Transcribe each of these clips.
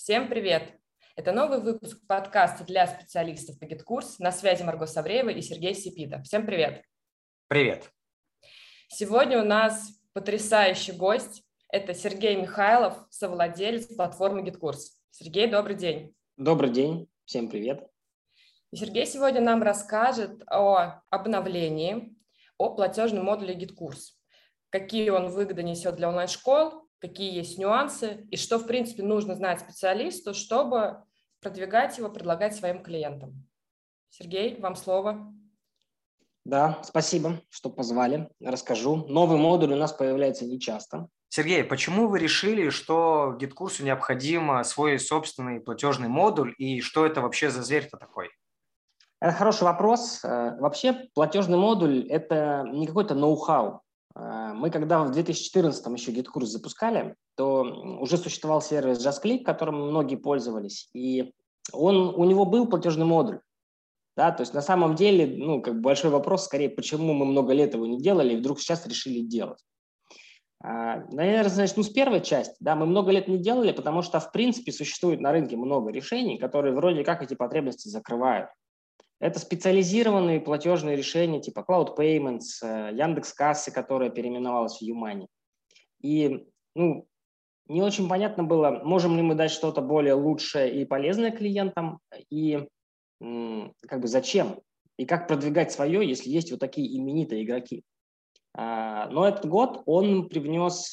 Всем привет! Это новый выпуск подкаста для специалистов по GitKurs. На связи Марго Савреева и Сергей Сипита. Всем привет! Привет! Сегодня у нас потрясающий гость. Это Сергей Михайлов, совладелец платформы GitKurs. Сергей, добрый день! Добрый день! Всем привет! И Сергей сегодня нам расскажет о обновлении, о платежном модуле GitKurs. Какие он выгоды несет для онлайн-школ, какие есть нюансы и что, в принципе, нужно знать специалисту, чтобы продвигать его, предлагать своим клиентам. Сергей, вам слово. Да, спасибо, что позвали. Расскажу. Новый модуль у нас появляется нечасто. Сергей, почему вы решили, что GitKurs необходим свой собственный платежный модуль и что это вообще за зверь-то такой? Это хороший вопрос. Вообще платежный модуль – это не какой-то ноу-хау. Мы когда в 2014 еще GitKurs запускали, то уже существовал сервис JustClick, которым многие пользовались, и у него был платежный модуль. Да, то есть на самом деле, большой вопрос скорее, почему мы много лет его не делали и вдруг сейчас решили делать. Наверное, начну с первой части. Да, мы много лет не делали, потому что, в принципе, существует на рынке много решений, которые вроде как эти потребности закрывают. Это специализированные платежные решения типа Cloud Payments, Яндекс.Кассы, которая переименовалась в YouMoney. И не очень понятно было, можем ли мы дать что-то более лучшее и полезное клиентам, и зачем, и как продвигать свое, если есть вот такие именитые игроки. Но этот год он привнес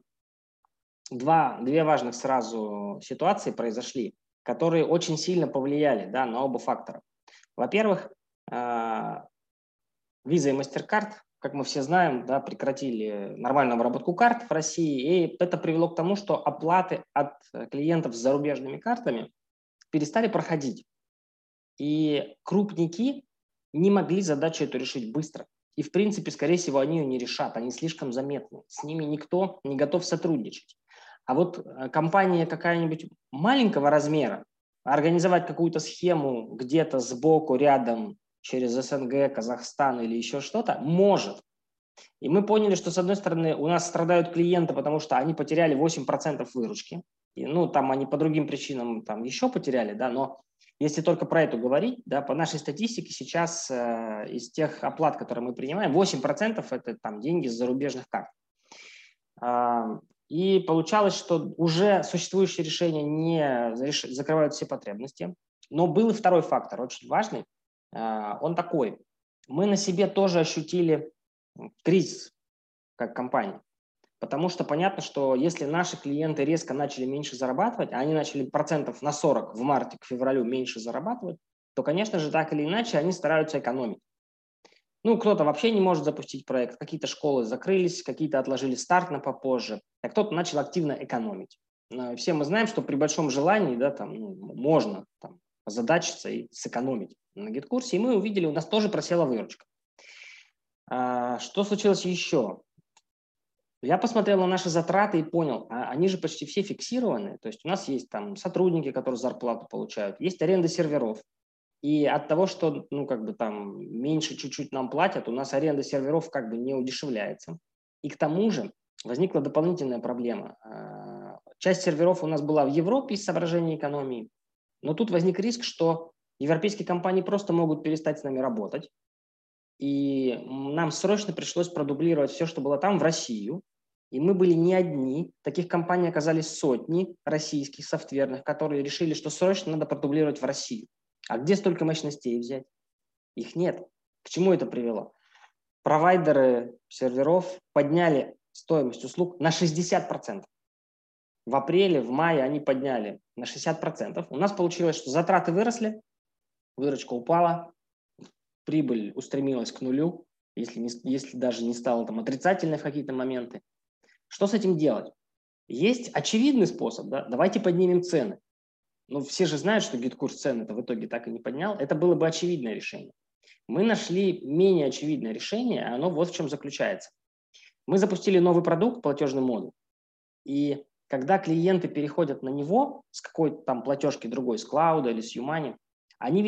две важных сразу ситуации произошли, которые очень сильно повлияли, да, на оба фактора. Во-первых, Visa и MasterCard, как мы все знаем, да, прекратили нормальную обработку карт в России, и это привело к тому, что оплаты от клиентов с зарубежными картами перестали проходить. И крупники не могли задачу эту решить быстро. И, в принципе, скорее всего, они ее не решат, они слишком заметны. С ними никто не готов сотрудничать. А вот компания какая-нибудь маленького размера, организовать какую-то схему где-то сбоку, рядом, через СНГ, Казахстан или еще что-то, может. И мы поняли, что, с одной стороны, у нас страдают клиенты, потому что они потеряли 8% выручки. И, там они по другим причинам еще потеряли, да, но если только про это говорить, да, по нашей статистике сейчас из тех оплат, которые мы принимаем, 8% это деньги с зарубежных карт. И получалось, что уже существующие решения не закрывают все потребности. Но был и второй фактор, очень важный. Он такой. Мы на себе тоже ощутили кризис как компания. Потому что понятно, что если наши клиенты резко начали меньше зарабатывать, а они начали процентов на 40 в марте к февралю меньше зарабатывать, то, конечно же, так или иначе они стараются экономить. Кто-то вообще не может запустить проект, какие-то школы закрылись, какие-то отложили старт на попозже, а кто-то начал активно экономить. Все мы знаем, что при большом желании, да, можно озадачиться и сэкономить на GitKurs, и мы увидели, у нас тоже просела выручка. Что случилось еще? Я посмотрел на наши затраты и понял, они же почти все фиксированы. То есть у нас есть сотрудники, которые зарплату получают, есть аренда серверов. И от того, что меньше чуть-чуть нам платят, у нас аренда серверов не удешевляется. И к тому же возникла дополнительная проблема. Часть серверов у нас была в Европе из соображений экономии, но тут возник риск, что европейские компании просто могут перестать с нами работать. И нам срочно пришлось продублировать все, что было там, в Россию. И мы были не одни. Таких компаний оказались сотни российских софтверных, которые решили, что срочно надо продублировать в Россию. А где столько мощностей взять? Их нет. К чему это привело? Провайдеры серверов подняли стоимость услуг на 60%. В апреле, в мае они подняли на 60%. У нас получилось, что затраты выросли, выручка упала, прибыль устремилась к нулю, если даже не стала отрицательной в какие-то моменты. Что с этим делать? Есть очевидный способ, да? Давайте поднимем цены. Все же знают, что GitKurs цены-то в итоге так и не поднял. Это было бы очевидное решение. Мы нашли менее очевидное решение, а оно вот в чем заключается. Мы запустили новый продукт, платежный модуль, и когда клиенты переходят на него с какой-то платежки другой, с клауда или с YouMoney, они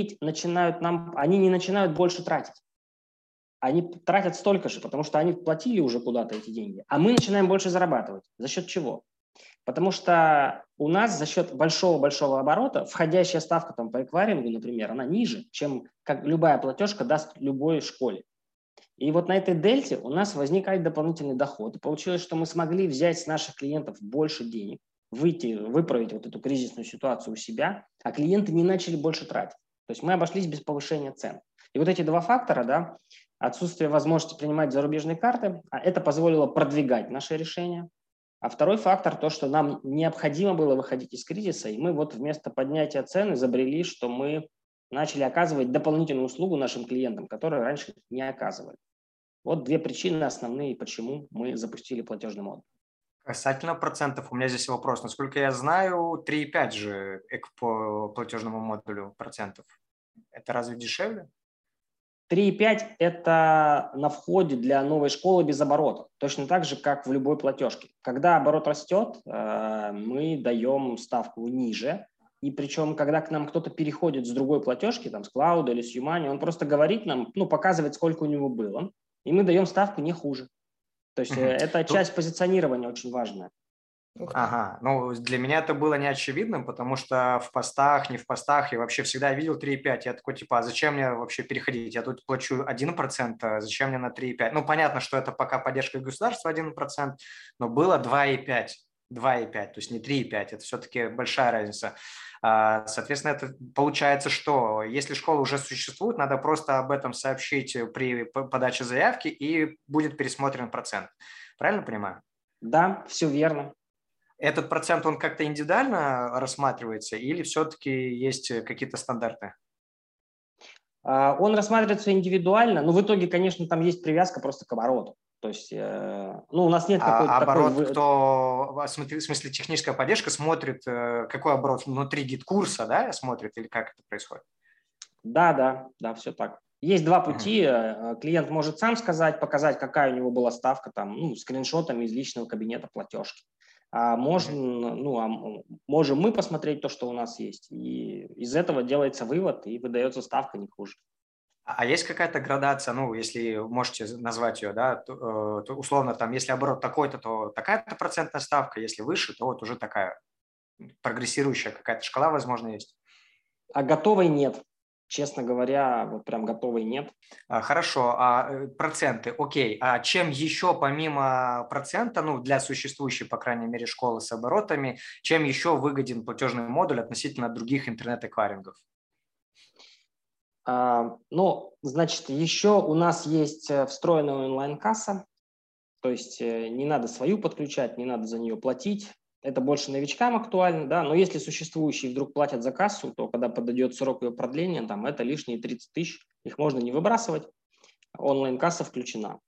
не начинают больше тратить. Они тратят столько же, потому что они платили уже куда-то эти деньги, а мы начинаем больше зарабатывать. За счет чего? Потому что у нас за счет большого-большого оборота входящая ставка там, по эквайрингу, например, она ниже, чем как любая платежка даст любой школе. И вот на этой дельте у нас возникает дополнительный доход. И получилось, что мы смогли взять с наших клиентов больше денег, выправить вот эту кризисную ситуацию у себя, а клиенты не начали больше тратить. То есть мы обошлись без повышения цен. И вот эти два фактора, да, отсутствие возможности принимать зарубежные карты, это позволило продвигать наши решения. А второй фактор, то, что нам необходимо было выходить из кризиса, и мы вот вместо поднятия цен изобрели, что мы начали оказывать дополнительную услугу нашим клиентам, которые раньше не оказывали. Вот две причины основные, почему мы запустили платежный модуль. Касательно процентов, у меня здесь вопрос. Насколько я знаю, 3,5 же по платежному модулю процентов. Это разве дешевле? 3,5 – это на входе для новой школы без оборота. Точно так же, как в любой платежке. Когда оборот растет, мы даем ставку ниже. И причем, когда к нам кто-то переходит с другой платежки, там, с Cloud или с Юмани, он просто говорит нам, показывает, сколько у него было. И мы даем ставку не хуже. То есть это часть позиционирования очень важная. Ага, ну для меня это было неочевидным, потому что в постах, не в постах, я вообще всегда видел 3,5. Я такой, типа, а зачем мне вообще переходить? Я тут плачу 1%, а зачем мне на 3,5? Ну, понятно, что это пока поддержка государства 1%, но было 2,5. 2,5, то есть не 3,5, это все-таки большая разница. Соответственно, это получается, что если школа уже существует, надо просто об этом сообщить при подаче заявки, и будет пересмотрен процент. Правильно понимаю? Да, все верно. Этот процент, он как-то индивидуально рассматривается или все-таки есть какие-то стандарты? Он рассматривается индивидуально, но в итоге, конечно, там есть привязка просто к обороту. То есть, у нас нет какой-то оборот, такой... кто, в смысле, техническая поддержка смотрит, какой оборот внутри гид-курса, да, смотрит, или как это происходит? Да, все так. Есть два пути. Клиент может сам сказать, показать, какая у него была ставка, там, скриншотами из личного кабинета платежки. Можем мы посмотреть то, что у нас есть. И из этого делается вывод, и выдается ставка не хуже. А есть какая-то градация, если можете назвать ее, да, то условно, там, если оборот такой-то, то такая-то процентная ставка, если выше, то вот уже такая прогрессирующая какая-то шкала, возможно, есть? А готовой нет. Честно говоря, вот прям готовой нет. Хорошо, проценты, окей. А чем еще помимо процента, для существующей, по крайней мере, школы с оборотами, чем еще выгоден платежный модуль относительно других интернет-эквайрингов? Значит, еще у нас есть встроенная онлайн-касса, то есть не надо свою подключать, не надо за нее платить. Это больше новичкам актуально, да, но если существующие вдруг платят за кассу, то когда подойдет срок ее продления, там это лишние 30 тысяч, их можно не выбрасывать, онлайн-касса включена.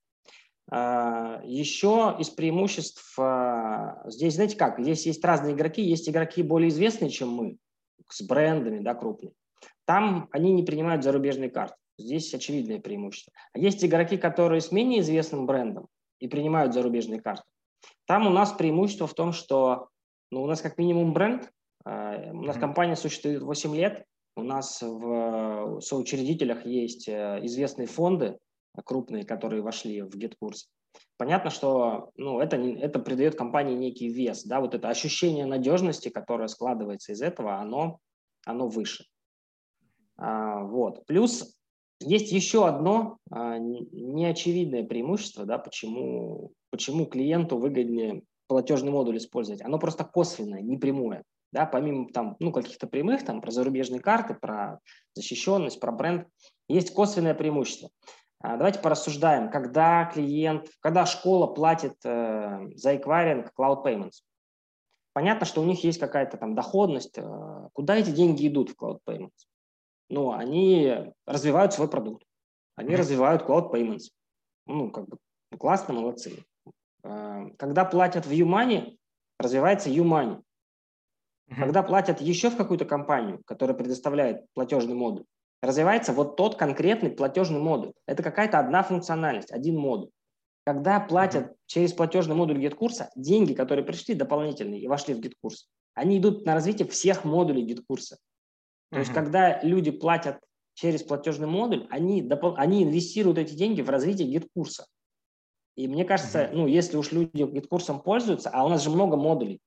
Еще из преимуществ, здесь, знаете как, здесь есть разные игроки, есть игроки более известные, чем мы, с брендами, да, крупные. Там они не принимают зарубежные карты. Здесь очевидное преимущество. А есть игроки, которые с менее известным брендом и принимают зарубежные карты. Там у нас преимущество в том, что у нас как минимум бренд, у нас компания существует 8 лет, у нас в соучредителях есть известные фонды крупные, которые вошли в гид-курс. Понятно, что это придает компании некий вес, да, вот это ощущение надежности, которое складывается из этого, оно выше. Вот. Плюс есть еще одно неочевидное преимущество, да, почему клиенту выгоднее платежный модуль использовать. Оно просто косвенное, непрямое. Да, помимо каких-то прямых, про зарубежные карты, про защищенность, про бренд, есть косвенное преимущество. Давайте порассуждаем, когда школа платит за эквайринг Cloud Payments. Понятно, что у них есть какая-то доходность. Куда эти деньги идут в Cloud Payments? Они развивают свой продукт, они развивают Cloud Payments. Классно, молодцы. Когда платят в Юмани, развивается Юмани. Когда платят еще в какую-то компанию, которая предоставляет платежный модуль, развивается вот тот конкретный платежный модуль. Это какая-то одна функциональность, один модуль. Когда платят через платежный модуль гид-курса, деньги, которые пришли дополнительные и вошли в гид-курс, они идут на развитие всех модулей гид-курса. То есть, когда люди платят через платежный модуль, они инвестируют эти деньги в развитие гид-курса. И мне кажется, если уж люди гид-курсом пользуются, а у нас же много модулей,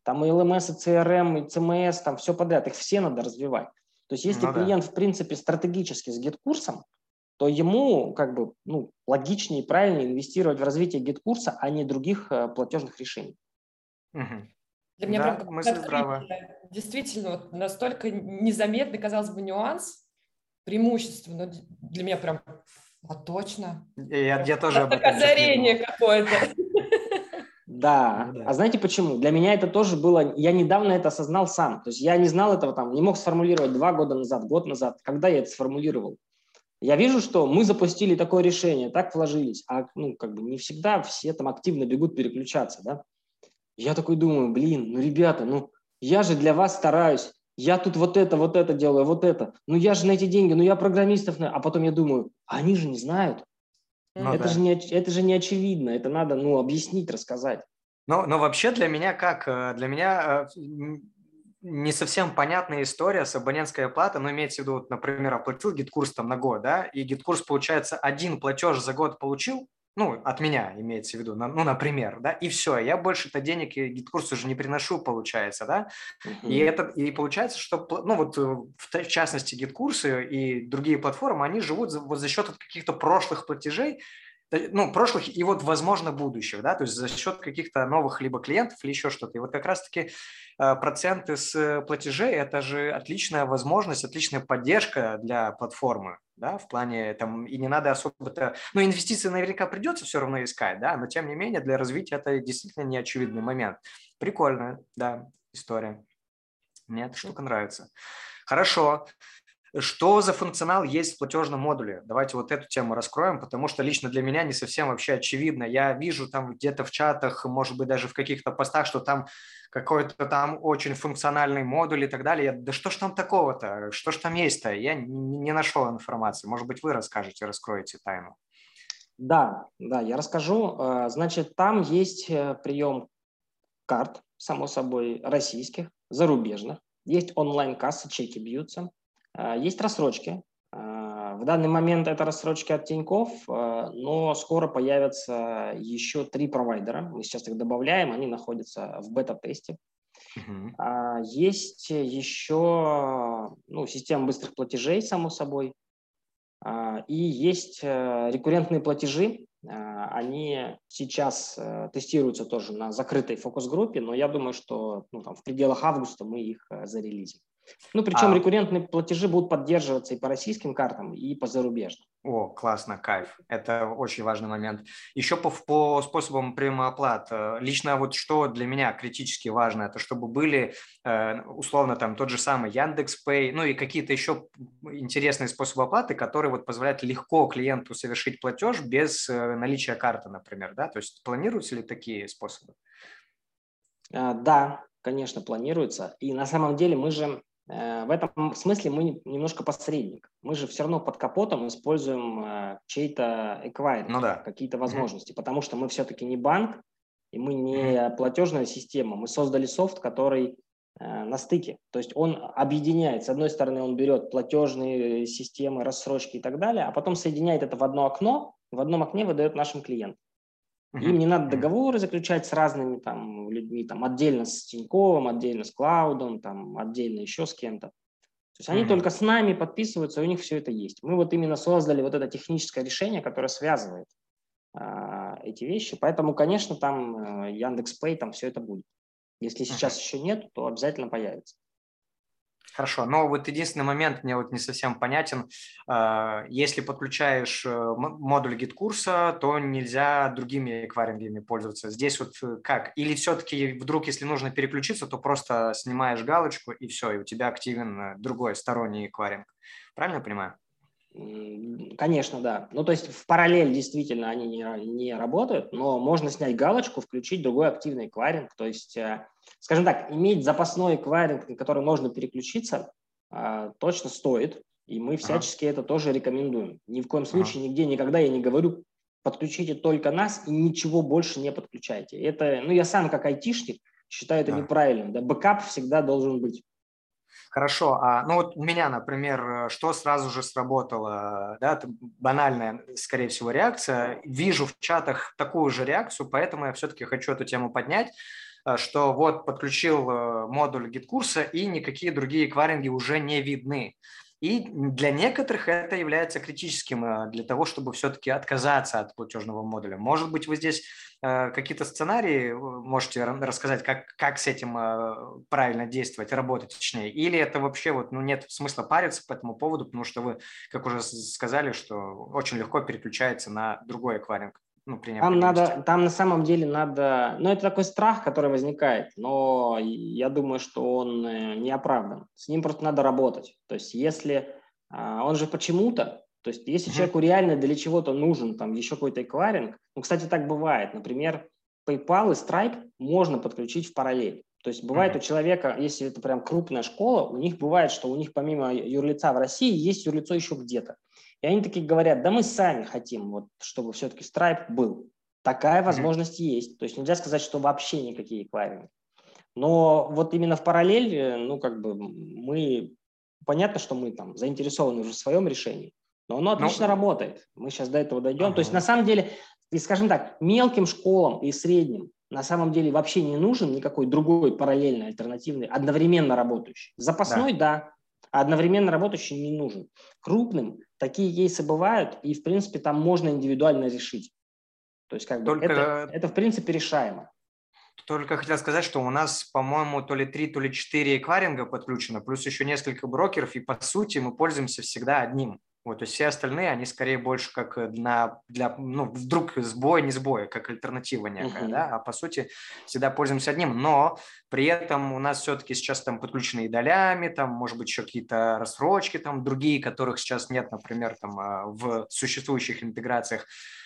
Там и LMS, и CRM, и CMS, там все подряд, их все надо развивать. То есть если клиент, в принципе, стратегически с гид-курсом, то ему как бы логичнее и правильнее инвестировать в развитие гид-курса, а не других платежных решений. Для меня прям мысль открытие. Действительно, вот настолько незаметный, казалось бы, нюанс, преимущество, но для меня прям, точно. Я тоже об этом озарение какое-то. Да. А знаете почему? Для меня это тоже было, я недавно это осознал сам. То есть я не знал этого, не мог сформулировать 2 года назад, год назад. Когда я это сформулировал? Я вижу, что мы запустили такое решение, так вложились, а не всегда все там активно бегут переключаться, да? Я такой думаю, ребята, я же для вас стараюсь, я тут вот это делаю, вот это, я же на эти деньги, я программистов, а потом я думаю, они же не знают. Это же не очевидно, это надо, объяснить, рассказать. Но вообще для меня Для меня не совсем понятная история с абонентской оплатой, но имеется в виду, например, оплатил гид-курс на год, да, и гид-курс, получается, 1 платеж за год получил, от меня имеется в виду, например, да, и все, я больше-то денег гид-курс уже не приношу, получается, да, и получается, что, в частности, гид-курсы и другие платформы, они живут за счет каких-то прошлых платежей, прошлых и возможно, будущих, да, то есть за счет каких-то новых либо клиентов или еще что-то. И вот как раз-таки проценты с платежей – это же отличная возможность, отличная поддержка для платформы, да, в плане и не надо особо-то, инвестиции наверняка придется все равно искать, да, но тем не менее для развития это действительно неочевидный момент. Прикольная, да, история. Мне эта штука нравится. Хорошо. Что за функционал есть в платежном модуле? Давайте вот эту тему раскроем, потому что лично для меня не совсем вообще очевидно. Я вижу там где-то в чатах, может быть, даже в каких-то постах, что там какой-то там очень функциональный модуль и так далее. Да что ж там такого-то? Что ж там есть-то? Я не нашел информации. Может быть, вы расскажете, раскроете тайну. Да, я расскажу. Значит, там есть прием карт, само собой, российских, зарубежных. Есть онлайн-кассы, чеки бьются. Есть рассрочки. В данный момент это рассрочки от Тинькофф, но скоро появятся еще 3 провайдера. Мы сейчас их добавляем, они находятся в бета-тесте. Есть еще система быстрых платежей, само собой. И есть рекуррентные платежи. Они сейчас тестируются тоже на закрытой фокус-группе, но я думаю, что в пределах августа мы их зарелизим. Причем рекуррентные платежи будут поддерживаться и по российским картам, и по зарубежным. О, классно, кайф. Это очень важный момент. Еще по способам приема оплат. Лично что для меня критически важно, это чтобы были условно там тот же самый Яндекс.Пэй, и какие-то еще интересные способы оплаты, которые позволяют легко клиенту совершить платеж без наличия карты, например, да? То есть планируются ли такие способы? Да, конечно, планируется. И на самом деле мы же в этом смысле мы немножко посредник. Мы же все равно под капотом используем чей-то эквайринг, какие-то возможности, потому что мы все-таки не банк, и мы не платежная система. Мы создали софт, который на стыке. То есть он объединяет. С одной стороны, он берет платежные системы, рассрочки и так далее, а потом соединяет это в одно окно, в одном окне выдает нашим клиентам. Им не надо договоры заключать с разными людьми, отдельно с Тиньковым, отдельно с Клаудом, отдельно еще с кем-то. То есть они только с нами подписываются, и у них все это есть. Мы именно создали это техническое решение, которое связывает эти вещи. Поэтому, конечно, там Яндекс.Пэй, все это будет. Если сейчас еще нет, то обязательно появится. Хорошо, но единственный момент мне не совсем понятен. Если подключаешь модуль гид-курса, то нельзя другими эквайрингами пользоваться. Здесь как? Или все-таки вдруг, если нужно переключиться, то просто снимаешь галочку и все, и у тебя активен другой сторонний эквайринг. Правильно я понимаю? Конечно, да. То есть в параллель действительно они не работают, но можно снять галочку, включить другой активный эквайринг. То есть, скажем так, иметь запасной эквайринг, на который можно переключиться, точно стоит. И мы всячески это тоже рекомендуем. Ни в коем случае, нигде, никогда я не говорю, подключите только нас и ничего больше не подключайте. Это, я сам как айтишник считаю это неправильным. Да? Бэкап всегда должен быть. Хорошо, у меня, например, что сразу же сработало, да, это банальная, скорее всего, реакция. Вижу в чатах такую же реакцию, поэтому я все-таки хочу эту тему поднять. что вот подключил модуль гид-курса, и никакие другие эквайринги уже не видны. И для некоторых это является критическим для того, чтобы все-таки отказаться от платежного модуля. Может быть, вы здесь какие-то сценарии можете рассказать, как с этим правильно действовать, работать точнее? Или это вообще вот, ну, нет смысла париться по этому поводу, потому что вы, как уже сказали, что очень легко переключается на другой эквайринг, ну, при необходимости? Там на самом деле надо, ну, это такой страх, который возникает, но я думаю, что он не оправдан. С ним просто надо работать. То есть если он же почему-то, то есть если человеку реально для чего-то нужен там еще какой-то эквайринг, ну, кстати, так бывает, например, PayPal и Stripe можно подключить в параллель. То есть бывает у человека, если это прям крупная школа, у них бывает, что у них помимо юрлица в России есть юрлицо еще где-то. И они такие говорят, да мы сами хотим, вот, чтобы все-таки Stripe был. Такая возможность есть. То есть нельзя сказать, что вообще никакие эквайринги. Но вот именно в параллель, ну, как бы мы, понятно, что мы там заинтересованы уже в своем решении, но оно отлично работает. Мы сейчас до этого дойдем. То есть на самом деле, и, скажем так, мелким школам и средним на самом деле вообще не нужен никакой другой параллельный, альтернативный, одновременно работающий. Запасной, да, а одновременно работающий не нужен. Крупным такие кейсы бывают, и, в принципе, там можно индивидуально решить. То есть, как бы, это в принципе, решаемо. Только хотел сказать, что у нас, по-моему, то ли 3, то ли 4 эквайринга подключено, плюс еще несколько брокеров, и, по сути, мы пользуемся всегда одним. Вот, то есть все остальные, они скорее больше как ну, вдруг сбой, не сбой, как альтернатива некая, да, а по сути всегда пользуемся одним, но при этом у нас все-таки сейчас там подключены и долями, там, может быть, еще какие-то рассрочки, там, другие, которых сейчас нет, например, там, в существующих интеграциях.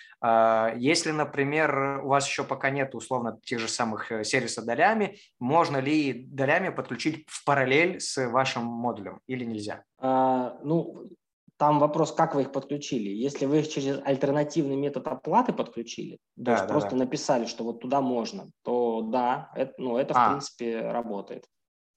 Если, например, у вас еще пока нет условно тех же самых сервисов долями, можно ли долями подключить в параллель с вашим модулем или нельзя? Ну, там вопрос, как вы их подключили. Если вы их через альтернативный метод оплаты подключили, то есть просто написали, что вот туда можно, то да, это в принципе работает.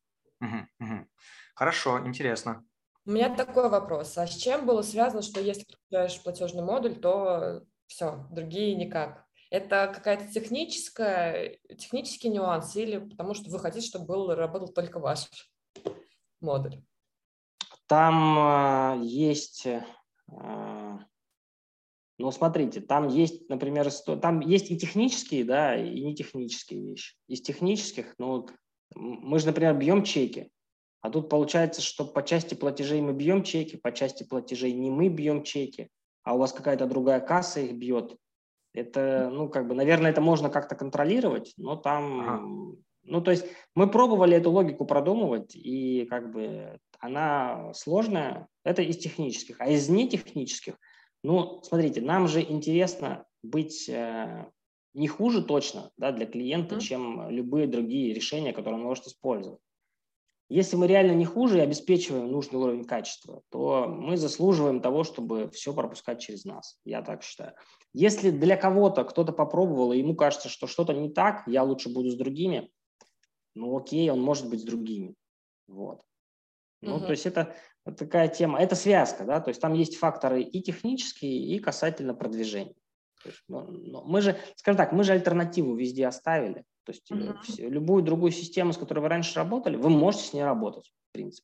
Хорошо, интересно. У меня такой вопрос. А с чем было связано, что если подключаешь платежный модуль, то все, другие никак? Это какая-то технический нюанс или потому что вы хотите, чтобы работал только ваш модуль? Там есть, ну, смотрите, там есть, например, там есть и технические, да, и не технические вещи. Из технических, ну, мы же, например, бьем чеки, а тут получается, что по части платежей мы бьем чеки, по части платежей не мы бьем чеки, а у вас какая-то другая касса их бьет. Это, ну, как бы, наверное, это можно как-то контролировать, но там, ну, то есть мы пробовали эту логику продумывать, и как бы она сложная, это из технических, а из нетехнических, ну, смотрите, нам же интересно быть не хуже точно, да, для клиента, чем любые другие решения, которые он может использовать. Если мы реально не хуже и обеспечиваем нужный уровень качества, то мы заслуживаем того, чтобы все пропускать через нас. Я так считаю. Если для кого-то кто-то попробовал, и ему кажется, что что-то не так, я лучше буду с другими, ну окей, он может быть с другими. Вот. Ну, то есть это такая тема, это связка, да, то есть там есть факторы и технические, и касательно продвижения. То есть, мы же, скажем так, мы же альтернативу везде оставили. То есть любую другую систему, с которой вы раньше работали, вы можете с ней работать, в принципе.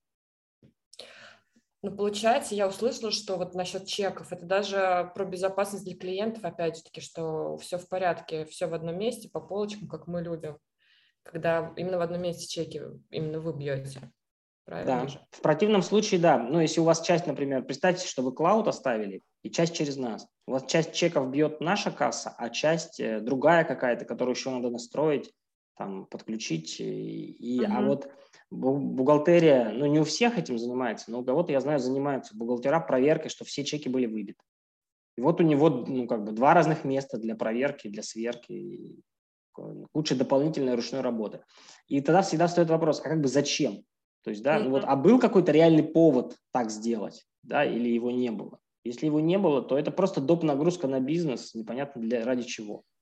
Ну, получается, я услышала, что вот насчет чеков, это даже про безопасность для клиентов, опять же таки, что все в порядке, все в одном месте, по полочкам, как мы любим, когда именно в одном месте чеки именно вы бьете. Правильно же? В противном случае, да. Ну, если у вас часть, например, представьте, что вы клауд оставили, и часть через нас. У вас часть чеков бьет наша касса, а часть другая какая-то, которую еще надо настроить, там, подключить. А вот бухгалтерия, ну, не у всех этим занимается, но у кого-то, я знаю, занимаются бухгалтера проверкой, что все чеки были выбиты. И вот у него, ну, как бы 2 разных места для проверки, для сверки, куча дополнительной ручной работы. И тогда всегда встает вопрос, а как бы зачем? То есть, да, ну вот, а был какой-то реальный повод так сделать, да, или его не было? Если его не было, то это просто доп. Нагрузка на бизнес, непонятно ради чего.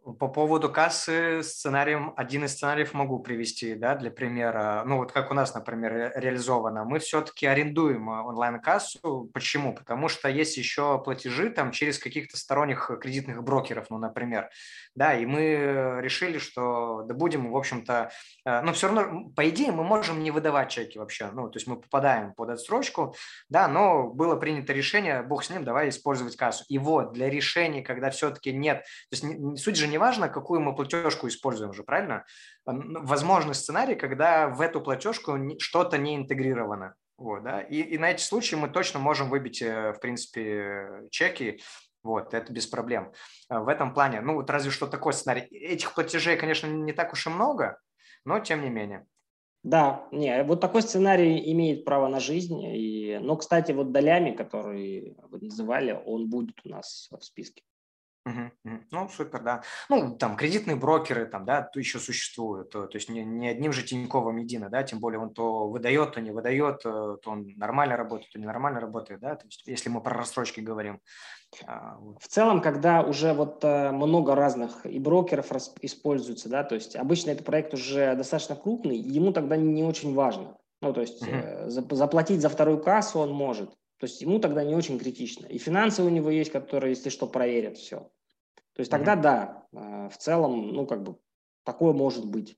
По поводу кассы один из сценариев могу привести, да, для примера. Ну, вот как у нас, например, реализовано. Мы все-таки арендуем онлайн-кассу. Почему? Потому что есть еще платежи там через каких-то сторонних кредитных брокеров, ну, например. Да, и мы решили, что да будем, в общем-то, но все равно, по идее, мы можем не выдавать чеки вообще. Ну, то есть мы попадаем под отсрочку, да, но было принято решение, бог с ним, давай использовать кассу. И вот для решений, когда все-таки нет, то есть суть же не важно, какую мы платежку используем же, правильно? Возможный сценарий, когда в эту платежку что-то не интегрировано. Вот, да? И на эти случаи мы точно можем выбить, в принципе, чеки. Вот, это без проблем. В этом плане, ну вот разве что такой сценарий. Этих платежей, конечно, не так уж и много, но тем не менее. Да, не, вот такой сценарий имеет право на жизнь. Но, кстати, вот долями, которые вы называли, он будет у нас в списке. Ну, супер, да. Ну, там кредитные брокеры там, да, то еще существуют. То есть не одним же Тиньковым едино, да, тем более он то выдает, то не выдает, то он нормально работает, то ненормально работает, да, то есть если мы про рассрочки говорим. Вот. В целом, когда уже вот много разных и брокеров используется, да, то есть обычно этот проект уже достаточно крупный, ему тогда не очень важно. Ну, то есть заплатить за вторую кассу он может. То есть ему тогда не очень критично. И финансы у него есть, которые, если что, проверят все. То есть тогда да, в целом, ну, как бы, такое может быть.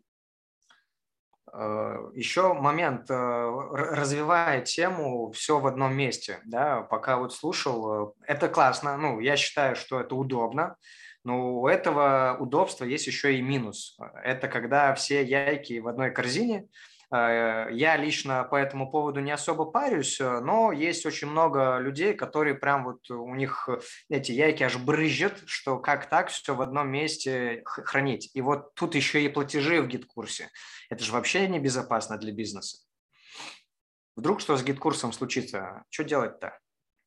Еще момент, развивая тему все в одном месте, да, пока вот слушал, это классно, ну, я считаю, что это удобно, но у этого удобства есть еще и минус. Это когда все яйки в одной корзине. Я лично по этому поводу не особо парюсь, но есть очень много людей, которые прям вот у них эти яйки аж брызжат, что как так все в одном месте хранить. И вот тут еще и платежи в гид-курсе. Это же вообще небезопасно для бизнеса. Вдруг что с гид-курсом случится? Что делать-то?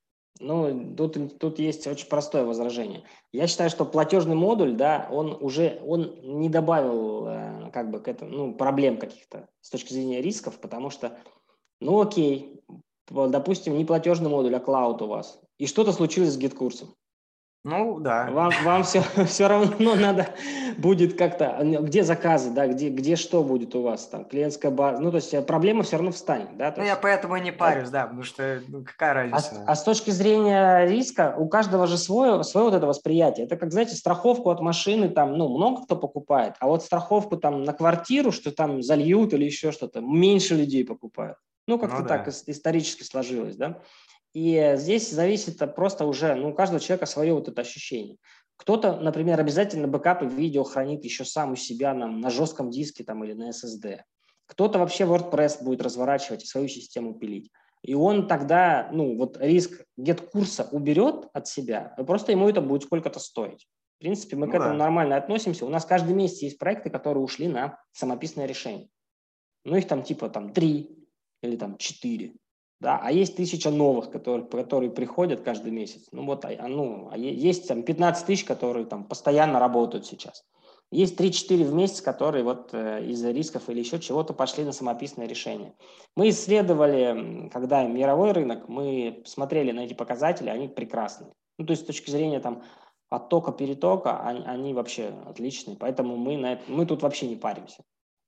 Ну, тут есть очень простое возражение. Я считаю, что платежный модуль, да, он не добавил как бы к этому, ну, проблем каких-то с точки зрения рисков, потому что, ну, окей, допустим, не платежный модуль, а клауд у вас, и что-то случилось с гид-курсом. Ну, да. Вам все равно надо будет как-то, где заказы, да, где что будет у вас, там, клиентская база, ну, то есть проблема все равно встанет, да. Ну, я поэтому и не парюсь, да, потому что какая разница? А с точки зрения риска, у каждого же свое вот это восприятие. Это как, знаете, страховку от машины там, ну, много кто покупает, а вот страховку там на квартиру, что там зальют или еще что-то, меньше людей покупают. Ну, как-то так исторически сложилось, да. И здесь зависит просто уже, ну, у каждого человека свое вот это ощущение. Кто-то, например, обязательно бэкапы видео хранит еще сам у себя на жестком диске там, или на SSD. Кто-то вообще WordPress будет разворачивать и свою систему пилить. И он тогда, ну, вот риск get-курса уберет от себя, и просто ему это будет сколько-то стоить. В принципе, мы к этому нормально относимся. У нас каждый месяц есть проекты, которые ушли на самописное решение. Ну, их там типа 3 или 4. Да, а есть 1000 новых, которые приходят каждый месяц. Ну вот, есть там 15 тысяч, которые там постоянно работают сейчас. Есть 3-4 в месяц, которые вот из-за рисков или еще чего-то пошли на самописное решение. Мы исследовали, когда мировой рынок, мы смотрели на эти показатели, они прекрасные. Ну, то есть с точки зрения там оттока-перетока, они вообще отличные, поэтому мы тут вообще не паримся.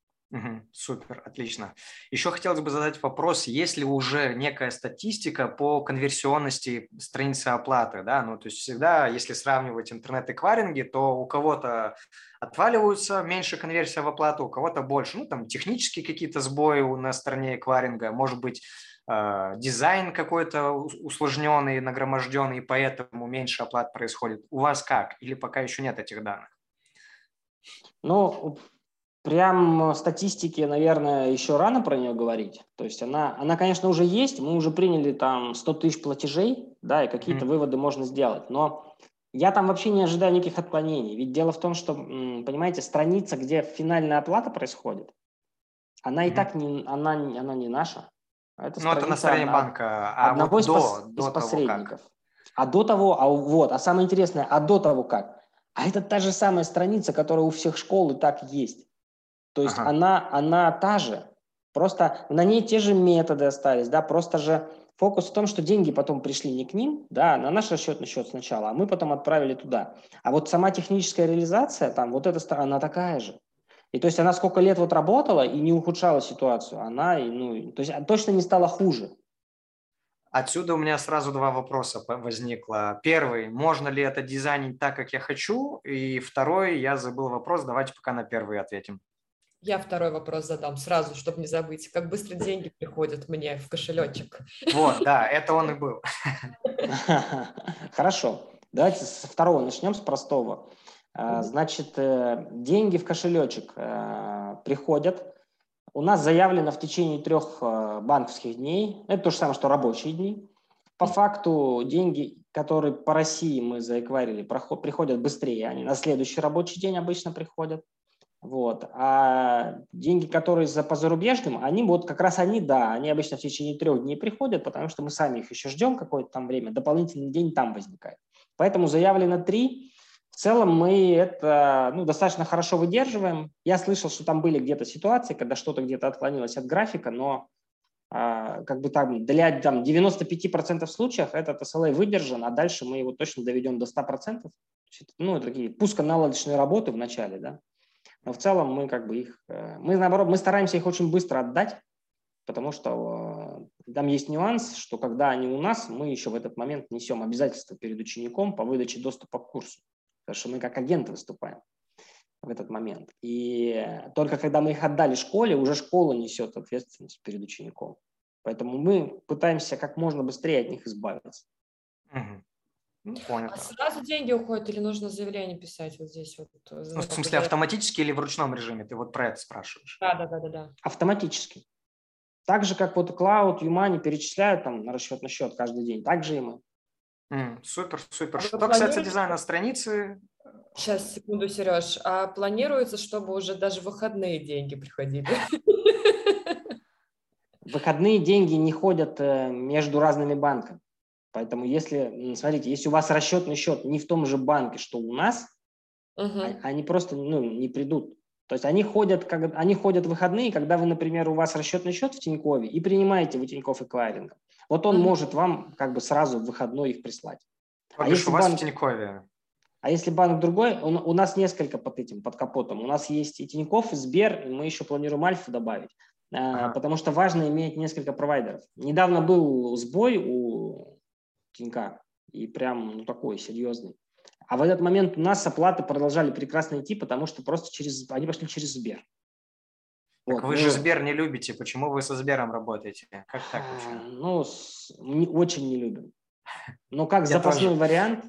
Супер, отлично. Еще хотелось бы задать вопрос, есть ли уже некая статистика по конверсионности страницы оплаты, да, ну, то есть всегда, если сравнивать интернет-эквайринги, то у кого-то отваливаются меньше конверсия в оплату, у кого-то больше, ну, там, технические какие-то сбои на стороне эквайринга, может быть, дизайн какой-то усложненный, нагроможденный, и поэтому меньше оплат происходит. У вас как? Или пока еще нет этих данных? Ну, прям статистики, наверное, еще рано про нее говорить. То есть она, конечно, уже есть. Мы уже приняли там 100 тысяч платежей, да, и какие-то выводы можно сделать. Но я там вообще не ожидаю никаких отклонений. Ведь дело в том, что, понимаете, страница, где финальная оплата происходит, она и так она не наша. Это это на стороне банка, одного из посредников. А самое интересное, до того как? А это та же самая страница, которая у всех школ и так есть. То есть она та же, просто на ней те же методы остались, да, просто же Фокус в том, что деньги потом пришли не к ним, да, на наш расчетный счет сначала, а мы потом отправили туда. А вот сама техническая реализация, там, вот эта сторона такая же. И то есть она сколько лет вот работала и не ухудшала ситуацию, она, ну, то есть точно не стала хуже. Отсюда у меня сразу два вопроса возникло. Первый, можно ли это дизайнить так, как я хочу? И второй, я забыл вопрос, давайте пока на первый ответим. Я второй вопрос задам сразу, чтобы не забыть. Как быстро деньги приходят мне в кошелечек? Вот, да, это он и был. Хорошо. Давайте со второго начнем, с простого. Значит, деньги в кошелечек приходят. У нас заявлено в течение 3 банковских дней. Это то же самое, что рабочие дни. По факту деньги, которые по России мы заэкварили, приходят быстрее. Они на следующий рабочий день обычно приходят. Вот. А деньги, которые по зарубежным, они вот как раз они обычно в течение 3 дней приходят, потому что мы сами их еще ждем какое-то там время, дополнительный день там возникает. Поэтому заявлено 3. В целом мы это достаточно хорошо выдерживаем. Я слышал, что там были где-то ситуации, когда что-то где-то отклонилось от графика, но как бы там для 95% случаев этот SLA выдержан, а дальше мы его точно доведем до 100%. Ну, такие пусконаладочные работы в начале, да. Но в целом мы как бы мы стараемся их очень быстро отдать, потому что там есть нюанс, что когда они у нас, мы еще в этот момент несем обязательства перед учеником по выдаче доступа к курсу, потому что мы как агенты выступаем в этот момент. И только когда мы их отдали школе, уже школа несет ответственность перед учеником. Поэтому мы пытаемся как можно быстрее от них избавиться. Ну, понял. А сразу деньги уходят или нужно заявление писать вот здесь? Вот, в смысле, автоматически или в ручном режиме? Ты вот про это спрашиваешь? Да. Автоматически. Так же, как вот Cloud, Юмани перечисляют там на расчетный счет каждый день, так же и мы. Супер. А Что касается дизайна страницы... Сейчас, секунду, Сереж. А планируется, чтобы уже даже выходные деньги приходили? Выходные деньги не ходят между разными банками. Поэтому смотрите, если у вас расчетный счет не в том же банке, что у нас, они просто не придут. То есть они ходят в выходные, когда вы, например, у вас расчетный счет в Тинькове и принимаете вы Тинькофф эквайринга. Вот он может вам как бы сразу в выходной их прислать. А если у вас в Тинькове? А если банк другой, у нас несколько под капотом. У нас есть и Тинькофф, и Сбер, и мы еще планируем Альфу добавить. Потому что важно иметь несколько провайдеров. Недавно был сбой у Тинька, и прям такой серьезный. А в этот момент у нас оплаты продолжали прекрасно идти, потому что просто они пошли через Сбер. Так вы же Сбер не любите. Почему вы со Сбером работаете? Как так вообще? Очень не любим. Но как запасной вариант,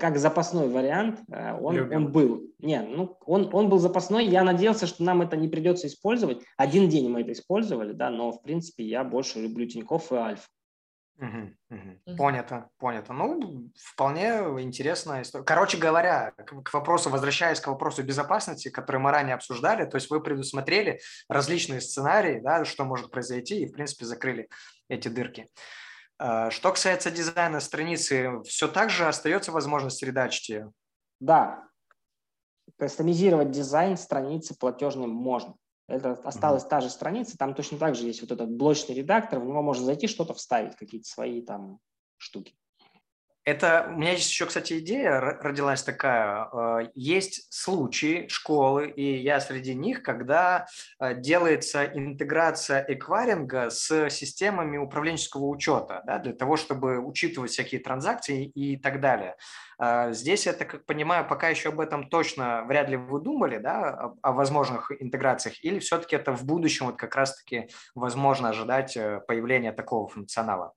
он был. Он был запасной. Я надеялся, что нам это не придется использовать. Один день мы это использовали, да, но в принципе я больше люблю Тинькофф и Альфу. Понятно. Ну, вполне интересная история. Короче говоря, возвращаясь к вопросу безопасности, который мы ранее обсуждали, то есть вы предусмотрели различные сценарии, да, что может произойти, и, в принципе, закрыли эти дырки. Что касается дизайна страницы, все так же остается возможность редачить ее? Да. Кастомизировать дизайн страницы платежной можно. Это осталась та же страница, там точно так же есть вот этот блочный редактор, в него можно зайти, что-то вставить, какие-то свои там штуки. У меня есть еще, кстати, идея родилась такая. Есть случаи школы, и я среди них, когда делается интеграция эквайринга с системами управленческого учета, да, для того, чтобы учитывать всякие транзакции и так далее. Здесь, я так понимаю, пока еще об этом точно вряд ли вы думали, да, о возможных интеграциях, или все-таки это в будущем вот как раз-таки возможно ожидать появления такого функционала?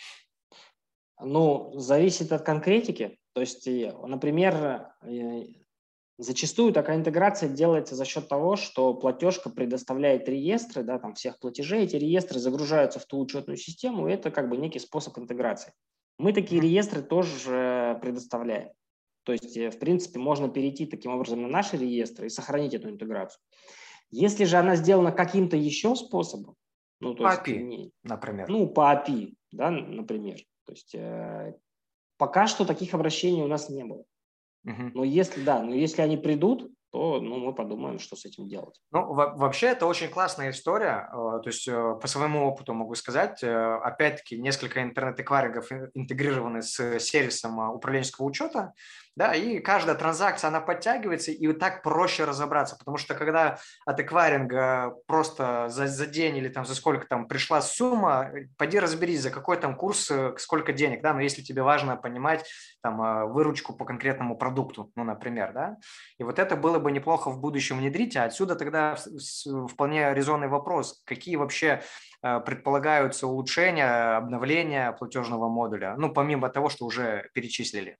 Зависит от конкретики. То есть, например, зачастую такая интеграция делается за счет того, что платежка предоставляет реестры, да, там всех платежей, эти реестры загружаются в ту учетную систему, и это как бы некий способ интеграции. Мы такие реестры тоже предоставляем. То есть, в принципе, можно перейти таким образом на наши реестры и сохранить эту интеграцию. Если же она сделана каким-то еще способом, по API, например. По API, да, например. То есть пока что таких обращений у нас не было. Но если они придут, то мы подумаем, что с этим делать. Ну, вообще, это очень классная история. То есть, по своему опыту могу сказать, опять-таки, несколько интернет-эквайрингов интегрированы с сервисом управленческого учета, да, и каждая транзакция, она подтягивается, и вот так проще разобраться, потому что когда от эквайринга просто за день или там за сколько там пришла сумма, пойди разберись, за какой там курс, сколько денег, да, но если тебе важно понимать там выручку по конкретному продукту, ну, например, да, и вот это было бы неплохо в будущем внедрить, а отсюда тогда вполне резонный вопрос, какие вообще предполагаются улучшения, обновления платежного модуля, ну, помимо того, что уже перечислили.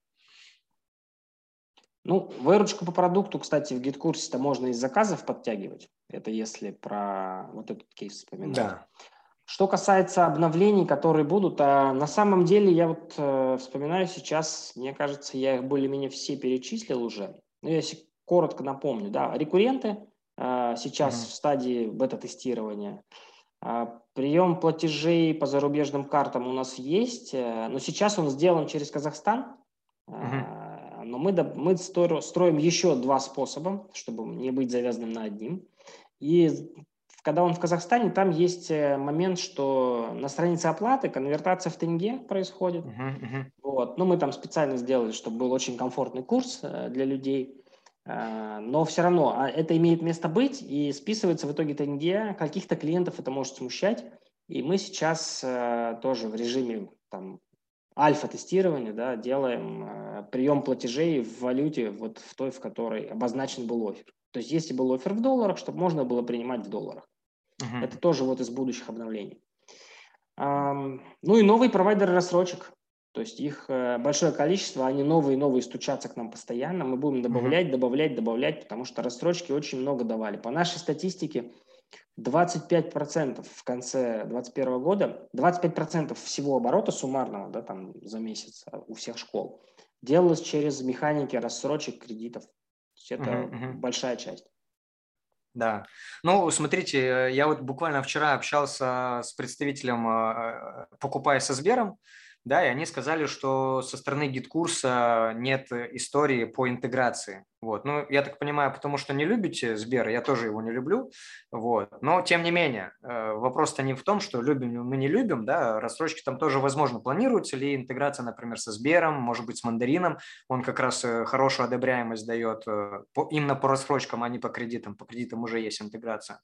Выручку по продукту, кстати, в гид-курсе-то можно из заказов подтягивать. Это если про вот этот кейс вспоминать. Да. Что касается обновлений, которые будут, на самом деле я вот вспоминаю сейчас, мне кажется, я их более-менее все перечислил уже. Но я коротко напомню, да, рекурренты сейчас в стадии бета-тестирования. Прием платежей по зарубежным картам у нас есть, но сейчас он сделан через Казахстан. Но мы строим еще 2 способа, чтобы не быть завязанным на одним. И когда он в Казахстане, там есть момент, что на странице оплаты конвертация в тенге происходит. Вот. Мы там специально сделали, чтобы был очень комфортный курс для людей. Но все равно это имеет место быть и списывается в итоге тенге. Каких-то клиентов это может смущать. И мы сейчас тоже в режиме альфа-тестирования, да, делаем прием платежей в валюте, вот в той, в которой обозначен был оффер. То есть если был оффер в долларах, чтобы можно было принимать в долларах. Это тоже вот из будущих обновлений. И новые провайдеры рассрочек. То есть их большое количество, они новые стучатся к нам постоянно. Мы будем добавлять, потому что рассрочки очень много давали. По нашей статистике 25% в конце 2021 года, 25% всего оборота суммарного, да, там за месяц у всех школ делалось через механики рассрочек кредитов. То есть это большая часть. Да. Смотрите, я вот буквально вчера общался с представителем «Покупай со Сбером», да, и они сказали, что со стороны гид-курса нет истории по интеграции. Вот. Я так понимаю, потому что не любите Сбер, я тоже его не люблю. Вот. Но, тем не менее, вопрос-то не в том, что любим мы не любим, да, рассрочки там тоже возможно. Планируется ли интеграция, например, со Сбером, может быть, с Мандарином? Он как раз хорошую одобряемость дает именно по рассрочкам, а не по кредитам. По кредитам уже есть интеграция.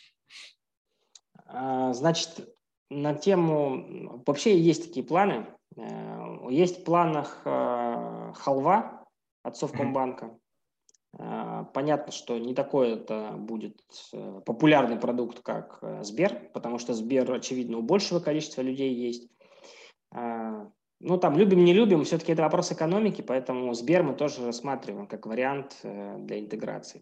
Значит, на тему... Вообще есть такие планы. Есть в планах халва от Совкомбанка. Понятно, что не такой это будет популярный продукт, как Сбер, потому что Сбер, очевидно, у большего количества людей есть. Там любим, не любим, все-таки это вопрос экономики, поэтому Сбер мы тоже рассматриваем как вариант для интеграции.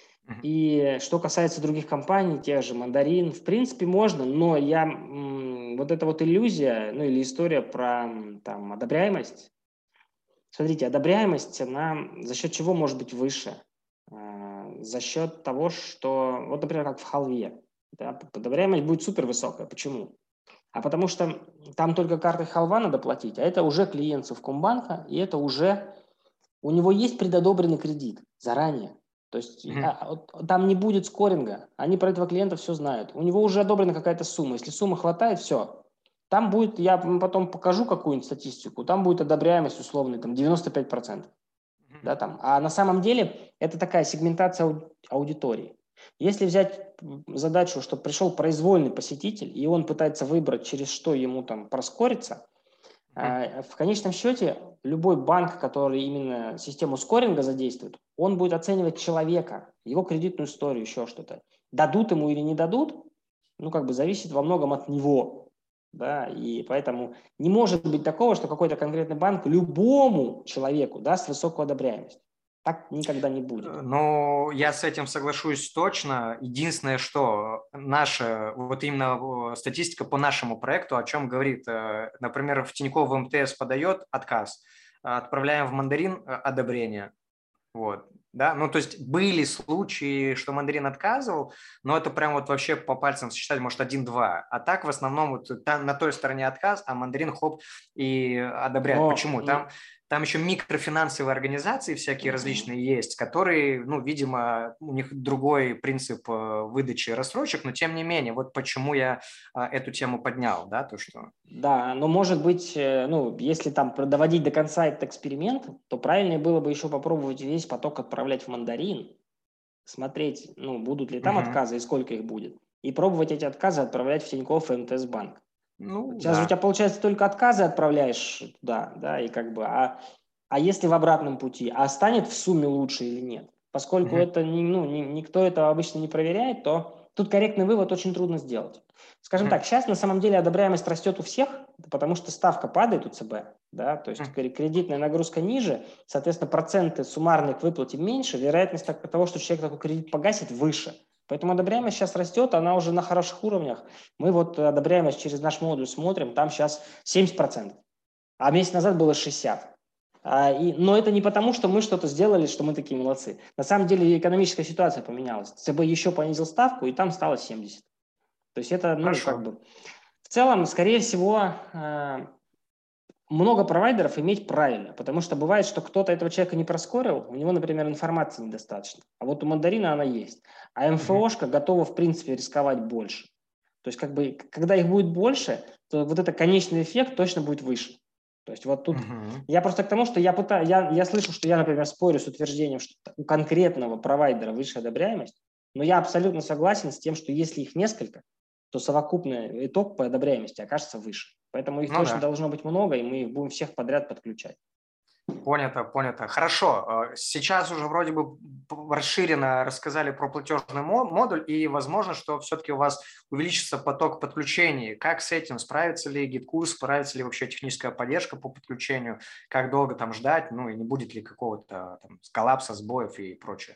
И что касается других компаний, тех же Мандарин, в принципе, можно, но вот эта вот иллюзия, или история про одобряемость. Смотрите, одобряемость, она за счет чего может быть выше? За счет того, что, вот, например, как в халве, да, одобряемость будет супер высокая. Почему? А потому что там только картой халва надо платить, а это уже клиент Совкомбанка, и это уже у него есть предодобренный кредит заранее. То есть там не будет скоринга, они про этого клиента все знают. У него уже одобрена какая-то сумма. Если сумма хватает, все. Там будет, я потом покажу какую-нибудь статистику, там будет одобряемость условной, 95%. Да, А на самом деле это такая сегментация аудитории. Если взять задачу, что пришел произвольный посетитель, и он пытается выбрать, через что ему проскориться, в конечном счете любой банк, который именно систему скоринга задействует, он будет оценивать человека, его кредитную историю, еще что-то. Дадут ему или не дадут, зависит во многом от него. Да, и поэтому не может быть такого, что какой-то конкретный банк любому человеку даст высокую одобряемость. Так никогда не будет. Я с этим соглашусь точно. Единственное, что наша, вот именно статистика по нашему проекту, о чем говорит, например, в Тинькофф МТС подает отказ, отправляем в Мандарин одобрение. Вот. Да? То есть были случаи, что Мандарин отказывал, но это прям вот вообще по пальцам сосчитать, может, 1-2. А так в основном вот там на той стороне отказ, а Мандарин хоп и одобряет. Почему? там еще микрофинансовые организации всякие различные есть, которые, ну, видимо, у них другой принцип выдачи рассрочек, но тем не менее, вот почему я эту тему поднял, да, то что… Да, но может быть, ну, если там доводить до конца этот эксперимент, то правильнее было бы еще попробовать весь поток отправлять в Мандарин, смотреть, ну, будут ли там Мгм. отказы и сколько их будет, и пробовать эти отказы отправлять в Тинькофф и МТС-банк. Ну, Сейчас же у тебя, да. получается, только отказы отправляешь туда, да, и как бы, а если в обратном пути, а станет в сумме лучше или нет? Поскольку Мгм. это никто это обычно не проверяет, то тут корректный вывод очень трудно сделать. Скажем Мгм. так, сейчас на самом деле одобряемость растет у всех, потому что ставка падает у ЦБ, да, то есть Мгм. кредитная нагрузка ниже, соответственно, проценты суммарные к выплате меньше, вероятность того, что человек такой кредит погасит, выше. Поэтому одобряемость сейчас растет, она уже на хороших уровнях. Мы вот одобряемость через наш модуль смотрим, там сейчас 70%, а месяц назад было 60%. Но это не потому, что мы что-то сделали, что мы такие молодцы. На самом деле экономическая ситуация поменялась. ЦБ еще понизил ставку, и там стало 70%. То есть это, ну, Хорошо. как бы… В целом, скорее всего, много провайдеров иметь правильно, потому что бывает, что кто-то этого человека не проскорил, у него, например, информации недостаточно, а вот у Мандарина она есть, а Мгм. МФОшка готова, в принципе, рисковать больше. То есть, как бы, когда их будет больше, то вот этот конечный эффект точно будет выше. То есть вот тут Мгм. я просто к тому, что я слышу, что я, например, спорю с утверждением, что у конкретного провайдера высшая одобряемость, но я абсолютно согласен с тем, что если их несколько, то совокупный итог по одобряемости окажется выше. Поэтому их Ну точно да. должно быть много, и мы их будем всех подряд подключать. Понято, понято. Хорошо. Сейчас уже вроде бы расширенно рассказали про платежный модуль, и возможно, что все-таки у вас увеличится поток подключений. Как с этим? Справится ли гид-курс, справится ли вообще техническая поддержка по подключению? Как долго там ждать? Ну и не будет ли какого-то там коллапса, сбоев и прочее?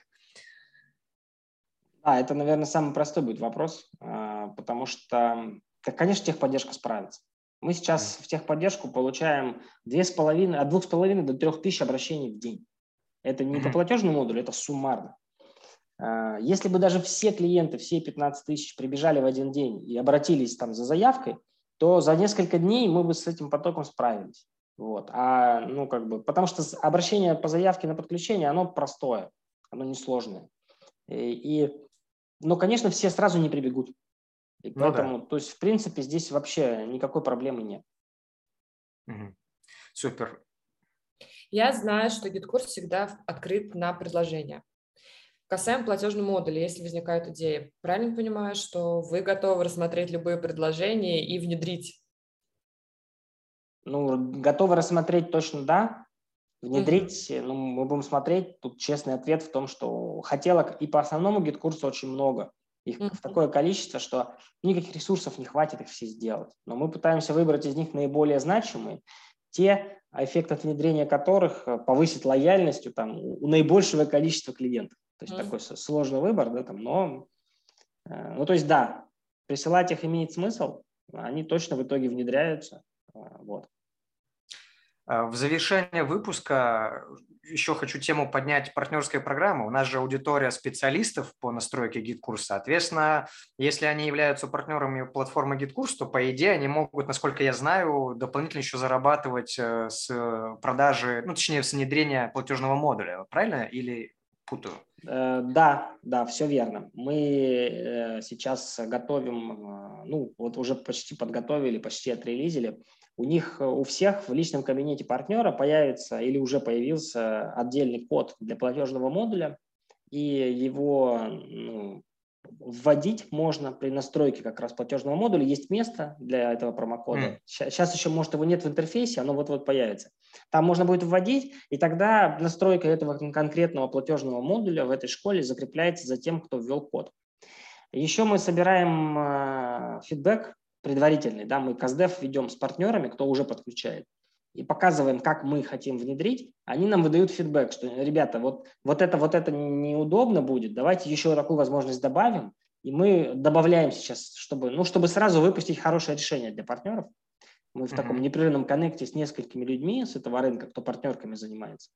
Это, наверное, самый простой будет вопрос, потому что, конечно, техподдержка справится. Мы Мгм. сейчас в техподдержку получаем от 2,5 до 3 тысяч обращений в день. Это не по Мгм. платежному модулю, это суммарно. Если бы даже все клиенты, все 15 тысяч прибежали в один день и обратились там за заявкой, то за несколько дней мы бы с этим потоком справились. Вот. Ну, как бы, потому что обращение по заявке на подключение, оно простое, оно несложное. Но, конечно, все сразу не прибегут. И Ну да. поэтому, то есть, в принципе, здесь вообще никакой проблемы нет. Мгм. Супер. Я знаю, что гид-курс всегда открыт на предложения. Касаемо платежного модуля, если возникают идеи, правильно понимаю, что вы готовы рассмотреть любые предложения и внедрить? Ну, готовы рассмотреть точно, да. Мгм. Внедрить, ну, мы будем смотреть. Тут честный ответ в том, что хотелок и по основному гид-курсу очень много. Их в Мгм. такое количество, что никаких ресурсов не хватит их все сделать. Но мы пытаемся выбрать из них наиболее значимые, те, эффект от внедрения которых повысит лояльность у наибольшего количества клиентов. То есть Мгм. такой сложный выбор, да, ну, то есть, да, присылать их имеет смысл, они точно в итоге внедряются. Вот. В завершение выпуска еще хочу тему поднять партнерской программы. У нас же аудитория специалистов по настройке гид-курса. Соответственно, если они являются партнерами платформы гид-курс, то, по идее, они могут, насколько я знаю, дополнительно еще зарабатывать с продажи, ну, точнее, с внедрения платежного модуля. Правильно или путаю? Да, все верно. Мы сейчас готовим, ну, вот уже почти подготовили, почти отрелизили. У них, у всех в личном кабинете партнера появится или уже появился отдельный код для платежного модуля, и его, ну, вводить можно при настройке как раз платежного модуля. Есть место для этого промокода. Сейчас еще, может, его нет в интерфейсе, оно вот-вот появится. Там можно будет вводить, и тогда настройка этого конкретного платежного модуля в этой школе закрепляется за тем, кто ввел код. Еще мы собираем фидбэк предварительный. Да, мы КАЗДЕФ ведем с партнерами, кто уже подключает, и показываем, как мы хотим внедрить. Они нам выдают фидбэк, что, ребята, вот это неудобно будет, давайте еще такую возможность добавим. И мы добавляем сейчас, чтобы сразу выпустить хорошее решение для партнеров. Мы в таком непрерывном коннекте с несколькими людьми с этого рынка, кто партнерками занимается.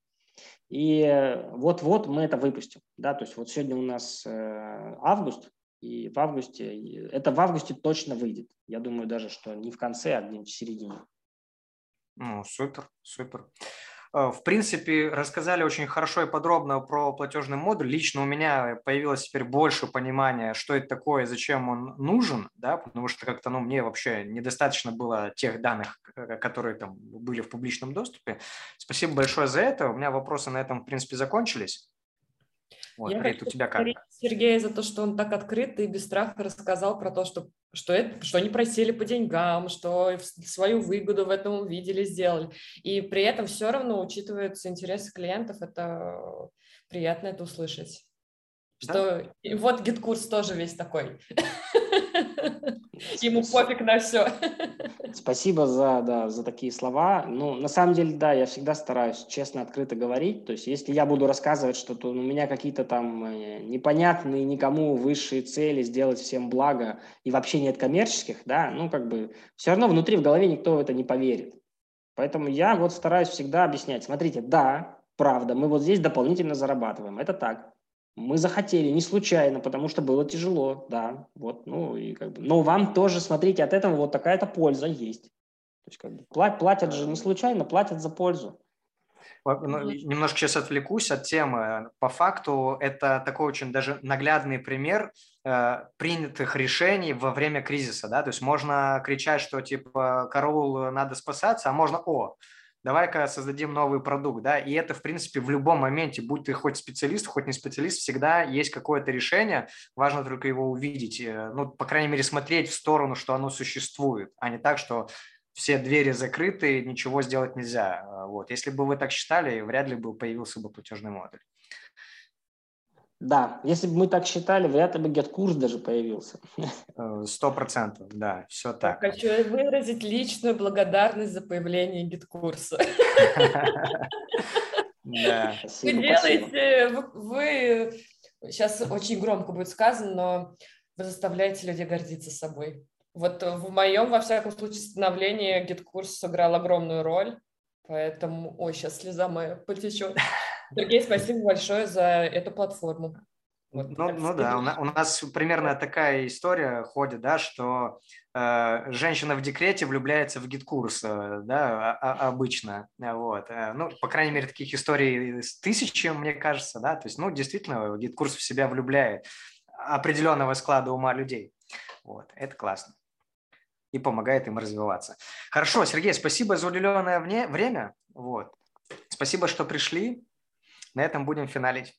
И вот-вот мы это выпустим. Да? То есть вот сегодня у нас август, и в августе точно выйдет. Я думаю даже, что не в конце, а где-нибудь в середине. Ну, супер, супер. В принципе, рассказали очень хорошо и подробно про платежный модуль. Лично у меня появилось теперь больше понимания, что это такое, зачем он нужен, да, потому что как-то, ну, мне вообще недостаточно было тех данных, которые там были в публичном доступе. Спасибо большое за это. У меня вопросы на этом, в принципе, закончились. Вот, Я Рит, хочу у тебя как? поблагодарить Сергея за то, что он так открыто и без страха рассказал про то, что они просили по деньгам, что свою выгоду в этом увидели, сделали. И при этом все равно учитываются интересы клиентов. Это приятно это услышать. Да? Что и вот гид-курс тоже весь такой. Ему пофиг на все. Спасибо за такие слова. Ну, на самом деле, да, я всегда стараюсь честно, открыто говорить. То есть, если я буду рассказывать что-то, у меня какие-то там непонятные никому высшие цели, сделать всем благо, и вообще нет коммерческих, да, ну, как бы, все равно внутри в голове никто в это не поверит. Поэтому я вот стараюсь всегда объяснять. Смотрите, да, правда, мы вот здесь дополнительно зарабатываем. Это так. Мы захотели, не случайно, потому что было тяжело, да, вот, ну, и как бы, но вам тоже, смотрите, от этого вот такая-то польза есть. То есть, как бы, платят же не случайно, платят за пользу. Немножко сейчас отвлекусь от темы. По факту это такой очень даже наглядный пример принятых решений во время кризиса. Да? То есть можно кричать, что типа караул, надо спасаться, а можно давай-ка создадим новый продукт. Да? И это, в принципе, в любом моменте, будь ты хоть специалист, хоть не специалист, всегда есть какое-то решение, важно только его увидеть. Ну, по крайней мере, смотреть в сторону, что оно существует, а не так, что все двери закрыты, ничего сделать нельзя. Вот. Если бы вы так считали, вряд ли бы появился бы платежный модуль. Да, если бы мы так считали, вряд ли бы GetCourse даже появился. 100%, да, все так. Хочу выразить личную благодарность за появление гид-курса. Да. Вы делаете, вы сейчас очень громко будет сказано, но вы заставляете людей гордиться собой. Вот в моем, во всяком случае, становлении гид-курс сыграл огромную роль, поэтому, сейчас слеза моя потечет. Сергей, спасибо большое за эту платформу. Вот, ну да, у нас примерно такая история ходит, да, что женщина в декрете влюбляется в гид-курс, да, обычно, вот. Ну, по крайней мере, таких историй с тысячи, мне кажется, да, то есть, ну, действительно, гид-курс в себя влюбляет определенного склада ума людей, вот, это классно и помогает им развиваться. Хорошо, Сергей, спасибо за уделенное время, вот, спасибо, что пришли, на этом будем финалить.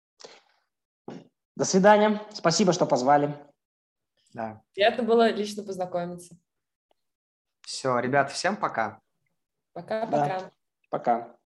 До свидания. Спасибо, что позвали. Да. Приятно было лично познакомиться. Все, ребят, всем пока. Пока-пока. Да. Пока.